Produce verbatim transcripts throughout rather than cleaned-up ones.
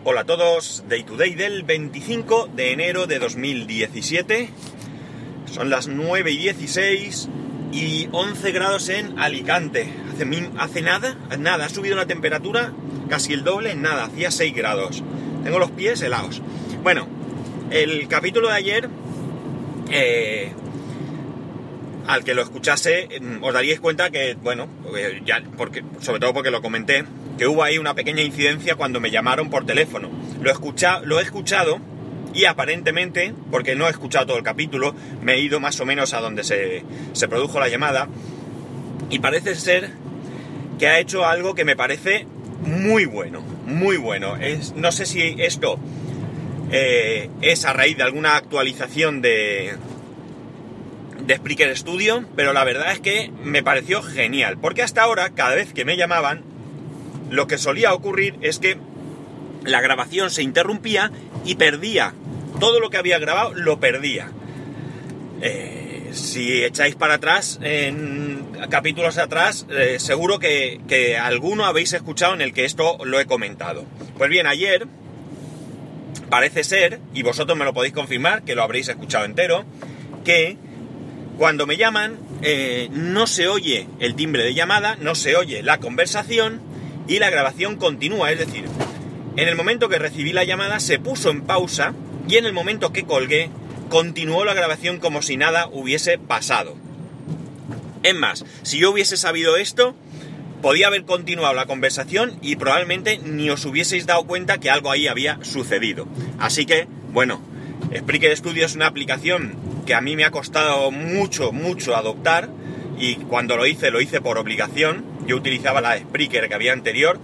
Hola a todos, Day to Day del veinticinco de enero de dos mil diecisiete. Son las nueve y dieciséis y once grados en Alicante. Hace, hace nada, nada, ha subido la temperatura casi el doble en nada, hacía seis grados. Tengo los pies helados. Bueno, el capítulo de ayer, eh, al que lo escuchase, os daríais cuenta que, bueno, ya, porque, sobre todo porque lo comenté, que hubo ahí una pequeña incidencia cuando me llamaron por teléfono. Lo he escuchado, lo he escuchado y aparentemente, porque no he escuchado todo el capítulo, me he ido más o menos a donde se, se produjo la llamada y parece ser que ha hecho algo que me parece muy bueno, muy bueno. Es, no sé si esto eh, es a raíz de alguna actualización de, de Spreaker Studio, pero la verdad es que me pareció genial, porque hasta ahora, cada vez que me llamaban, lo que solía ocurrir es que la grabación se interrumpía y perdía. Todo lo que había grabado lo perdía. Eh, si echáis para atrás, en capítulos atrás, eh, seguro que, que alguno habéis escuchado en el que esto lo he comentado. Pues bien, ayer parece ser, y vosotros me lo podéis confirmar, que lo habréis escuchado entero, que cuando me llaman eh, no se oye el timbre de llamada, no se oye la conversación, y la grabación continúa, es decir, en el momento que recibí la llamada se puso en pausa y en el momento que colgué continuó la grabación como si nada hubiese pasado. Es más, si yo hubiese sabido esto, podía haber continuado la conversación y probablemente ni os hubieseis dado cuenta que algo ahí había sucedido. Así que, bueno, Spreaker Studio es una aplicación que a mí me ha costado mucho, mucho adoptar, y cuando lo hice, lo hice por obligación. Yo utilizaba la Spreaker que había anterior,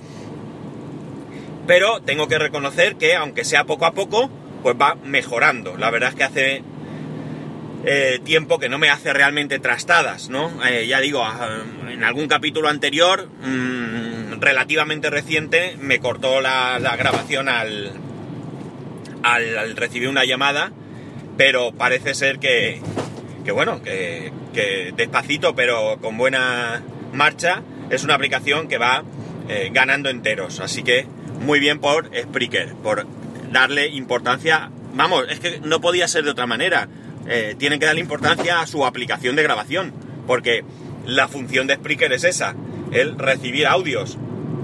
pero tengo que reconocer que, aunque sea poco a poco, pues va mejorando. La verdad es que hace eh, tiempo que no me hace realmente trastadas, ¿no? Eh, ya digo, en algún capítulo anterior, mmm, relativamente reciente, me cortó la, la grabación al, al, al recibir una llamada, pero parece ser que, que bueno, que, que despacito, pero con buena marcha, es una aplicación que va eh, ganando enteros. Así que muy bien por Spreaker, por darle importancia. Vamos, es que no podía ser de otra manera. Eh, tienen que darle importancia a su aplicación de grabación, porque la función de Spreaker es esa, el recibir audios.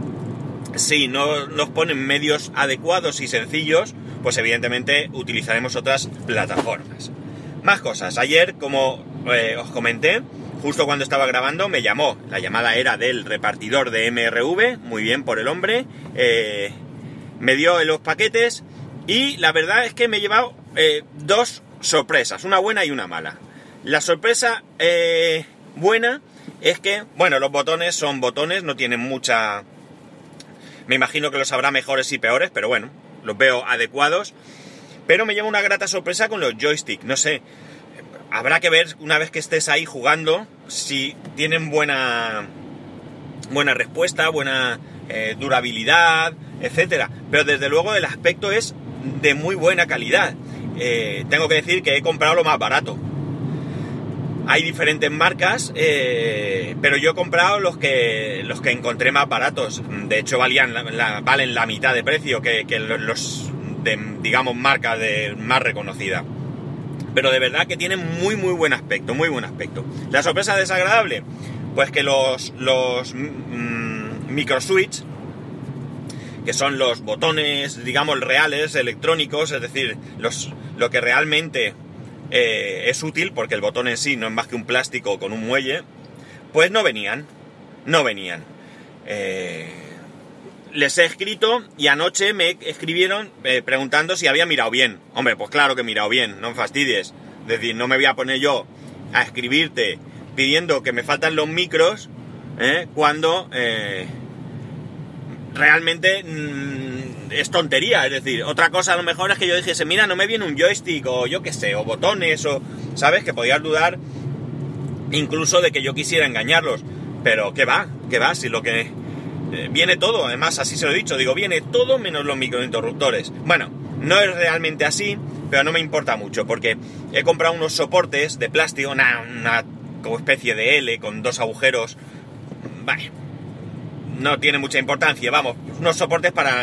Si no nos ponen medios adecuados y sencillos, pues evidentemente utilizaremos otras plataformas. Más cosas. Ayer, como eh, os comenté, justo cuando estaba grabando me llamó. La llamada era del repartidor de M R V, muy bien por el hombre. Eh, me dio los paquetes y la verdad es que me he llevado eh, dos sorpresas, una buena y una mala. La sorpresa eh, buena es que, bueno, los botones son botones, no tienen mucha... Me imagino que los habrá mejores y peores, pero bueno, los veo adecuados. Pero me llevo una grata sorpresa con los joysticks, no sé... Habrá que ver una vez que estés ahí jugando si tienen buena buena respuesta, buena eh, durabilidad, etcétera. Pero desde luego el aspecto es de muy buena calidad. Eh, tengo que decir que he comprado lo más barato. Hay diferentes marcas, eh, pero yo he comprado los que los que encontré más baratos. De hecho valían la, la, valen la mitad de precio que, que los de, digamos, marcas de más reconocida. Pero de verdad que tienen muy muy buen aspecto, muy buen aspecto. La sorpresa desagradable, pues que los, los mmm, microswitch, que son los botones, digamos, reales, electrónicos, es decir, los, lo que realmente eh, es útil, porque el botón en sí no es más que un plástico con un muelle, pues no venían, no venían. Eh, les he escrito y anoche me escribieron eh, preguntando si había mirado bien. Hombre, pues claro que he mirado bien, no me fastidies. Es decir, no me voy a poner yo a escribirte pidiendo que me faltan los micros eh, cuando eh, realmente mmm, es tontería. Es decir, otra cosa a lo mejor es que yo dijese, mira, no me viene un joystick o yo qué sé, o botones, o ¿sabes? Que podías dudar incluso de que yo quisiera engañarlos. Pero ¿qué va? ¿Qué va? Si lo que... Eh, viene todo, además así se lo he dicho, digo, viene todo menos los microinterruptores. Bueno, no es realmente así, pero no me importa mucho, porque he comprado unos soportes de plástico, una, una como especie de L con dos agujeros. Vale, no tiene mucha importancia, vamos, unos soportes para,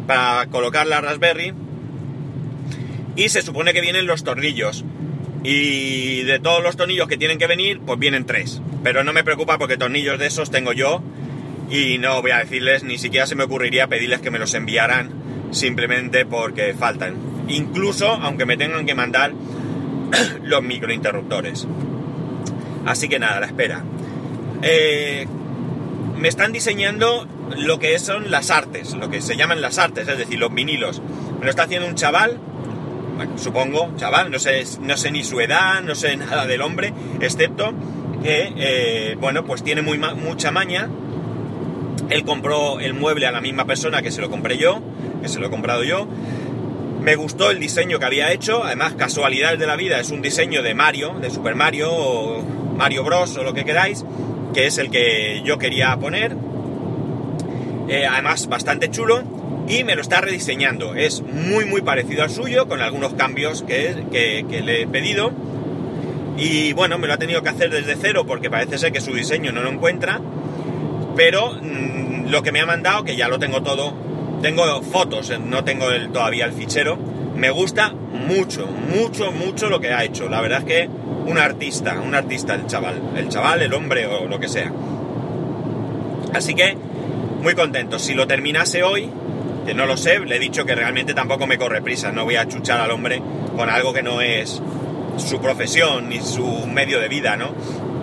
para colocar la Raspberry, y se supone que vienen los tornillos, y de todos los tornillos que tienen que venir, pues vienen tres, pero no me preocupa porque tornillos de esos tengo yo, y no voy a decirles, ni siquiera se me ocurriría pedirles que me los enviaran, simplemente porque faltan, incluso aunque me tengan que mandar los microinterruptores. Así que nada, la espera. Eh, me están diseñando lo que son las artes, lo que se llaman las artes, es decir, los vinilos. Me lo está haciendo un chaval, bueno, supongo, chaval, no sé, no sé ni su edad, no sé nada del hombre, excepto que, eh, bueno, pues tiene muy ma- mucha maña. Él compró el mueble a la misma persona que se lo compré yo, que se lo he comprado yo. Me gustó el diseño que había hecho, además, casualidades de la vida, es un diseño de Mario, de Super Mario, o Mario Bros, o lo que queráis, que es el que yo quería poner. Eh, además, bastante chulo, y me lo está rediseñando. Es muy, muy parecido al suyo, con algunos cambios que, que, que le he pedido. Y bueno, me lo ha tenido que hacer desde cero, porque parece ser que su diseño no lo encuentra. Pero mmm, lo que me ha mandado, que ya lo tengo todo, tengo fotos, no tengo el, todavía el fichero, me gusta mucho, mucho, mucho lo que ha hecho. La verdad es que un artista, un artista el chaval, el chaval, el hombre o lo que sea. Así que muy contento. Si lo terminase hoy, que no lo sé, le he dicho que realmente tampoco me corre prisa, no voy a chuchar al hombre con algo que no es su profesión ni su medio de vida, ¿no?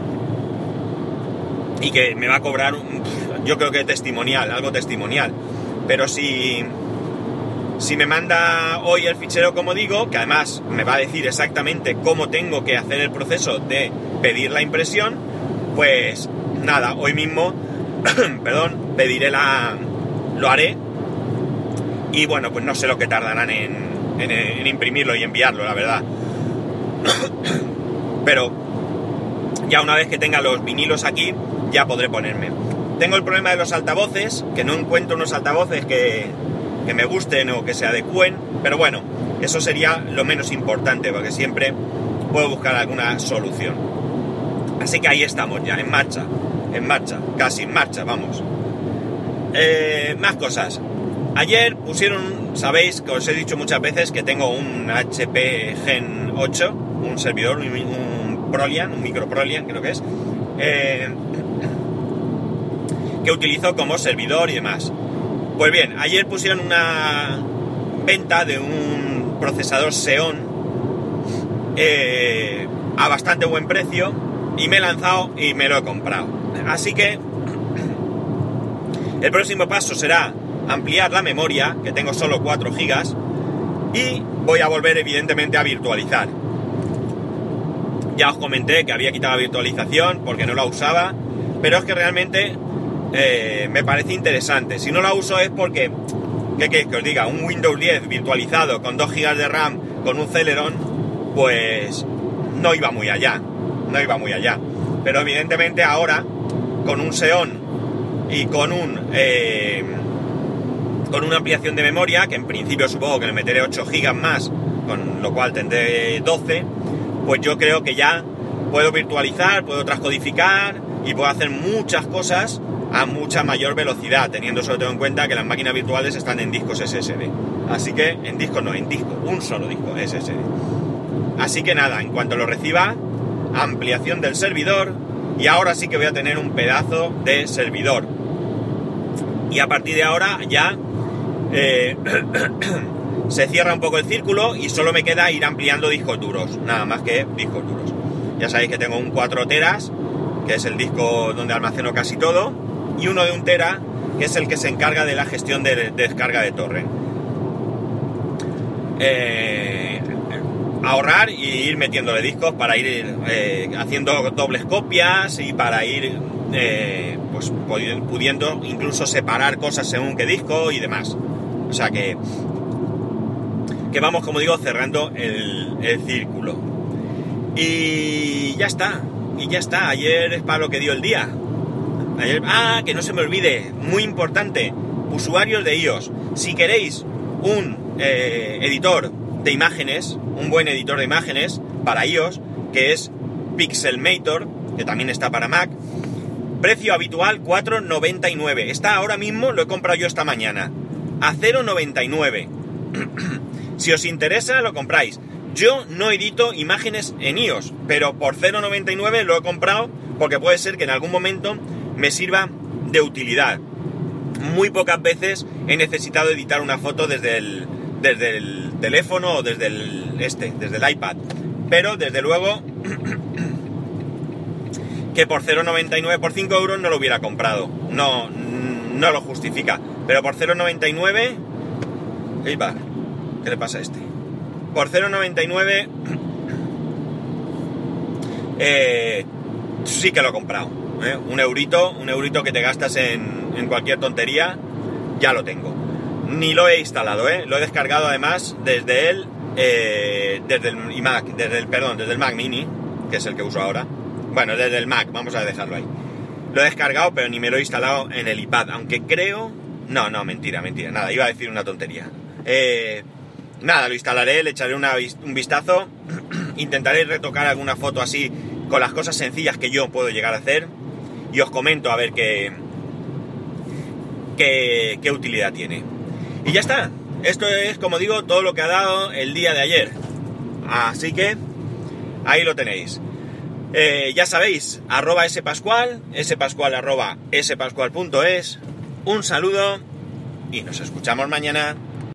Y que me va a cobrar, un, yo creo que testimonial, algo testimonial. Pero si, si me manda hoy el fichero, como digo, que además me va a decir exactamente cómo tengo que hacer el proceso de pedir la impresión, pues nada, hoy mismo, perdón, pediré la... lo haré. Y bueno, pues no sé lo que tardarán en, en, en imprimirlo y enviarlo, la verdad. Pero ya una vez que tenga los vinilos aquí, ya podré ponerme. Tengo el problema de los altavoces, que no encuentro unos altavoces que, que me gusten o que se adecúen, pero bueno, eso sería lo menos importante, porque siempre puedo buscar alguna solución. Así que ahí estamos ya, en marcha, en marcha, casi en marcha, vamos. Eh, más cosas. Ayer pusieron, sabéis que os he dicho muchas veces que tengo un H P Gen ocho, un servidor, un, un Proliant, un micro Proliant creo que es, eh, que utilizo como servidor y demás. Pues bien, ayer pusieron una venta de un procesador Xeon eh, a bastante buen precio, y me he lanzado y me lo he comprado. Así que el próximo paso será ampliar la memoria, que tengo solo cuatro gigas, y voy a volver evidentemente a virtualizar. Ya os comenté que había quitado la virtualización porque no la usaba, pero es que realmente eh, me parece interesante. Si no la uso es porque, ¿qué queréis que os diga? Un Windows diez virtualizado con dos gigas de RAM, con un Celeron, pues no iba muy allá, no iba muy allá. Pero evidentemente ahora, con un Xeon y con un... Eh, con una ampliación de memoria, que en principio supongo que le meteré ocho gigas más, con lo cual tendré doce, pues yo creo que ya puedo virtualizar, puedo transcodificar y puedo hacer muchas cosas a mucha mayor velocidad, teniendo sobre todo en cuenta que las máquinas virtuales están en discos S S D. Así que, en discos no, en disco, un solo disco S S D. Así que nada, en cuanto lo reciba, ampliación del servidor, y ahora sí que voy a tener un pedazo de servidor. Y a partir de ahora ya eh, se cierra un poco el círculo y solo me queda ir ampliando discos duros, nada más que discos duros. Ya sabéis que tengo un cuatro teras, que es el disco donde almaceno casi todo, y uno de un tera, que es el que se encarga de la gestión de, de descarga de torrent. Eh, ahorrar y ir metiéndole discos para ir eh, haciendo dobles copias y para ir eh, pues pudiendo incluso separar cosas según qué disco y demás. O sea que que vamos, como digo, cerrando el, el círculo. Y ya está, y ya está. Ayer es para lo que dio el día. Ayer, ah, que no se me olvide, muy importante, usuarios de iOS, si queréis un eh, editor de imágenes, un buen editor de imágenes para iOS, que es Pixelmator, que también está para Mac, precio habitual cuatro noventa y nueve. Está ahora mismo, lo he comprado yo esta mañana, a cero coma noventa y nueve. Si os interesa, lo compráis. Yo no edito imágenes en iOS, pero por cero coma noventa y nueve lo he comprado porque puede ser que en algún momento me sirva de utilidad. Muy pocas veces he necesitado editar una foto desde el, desde el teléfono o desde el, este, desde el iPad. Pero desde luego que por cero coma noventa y nueve, por cinco euros no lo hubiera comprado. No, no lo justifica. Pero por cero coma noventa y nueve... Ahí va. ¿Qué le pasa a este? Por cero coma noventa y nueve eh, sí que lo he comprado. ¿eh? Un eurito, un eurito que te gastas en, en cualquier tontería, ya lo tengo. Ni lo he instalado, ¿eh? Lo he descargado además desde el, eh, desde el iMac, desde el, perdón, desde el Mac Mini, que es el que uso ahora. Bueno, desde el Mac, vamos a dejarlo ahí. Lo he descargado, pero ni me lo he instalado en el iPad, aunque creo... No, no, mentira, mentira, nada, iba a decir una tontería. Eh... Nada, lo instalaré, le echaré una, un vistazo, intentaré retocar alguna foto así con las cosas sencillas que yo puedo llegar a hacer y os comento a ver qué, qué, qué utilidad tiene. Y ya está, esto es, como digo, todo lo que ha dado el día de ayer. Así que ahí lo tenéis. Eh, ya sabéis, arroba spascual, spascual arroba spascual punto es. Un saludo y nos escuchamos mañana.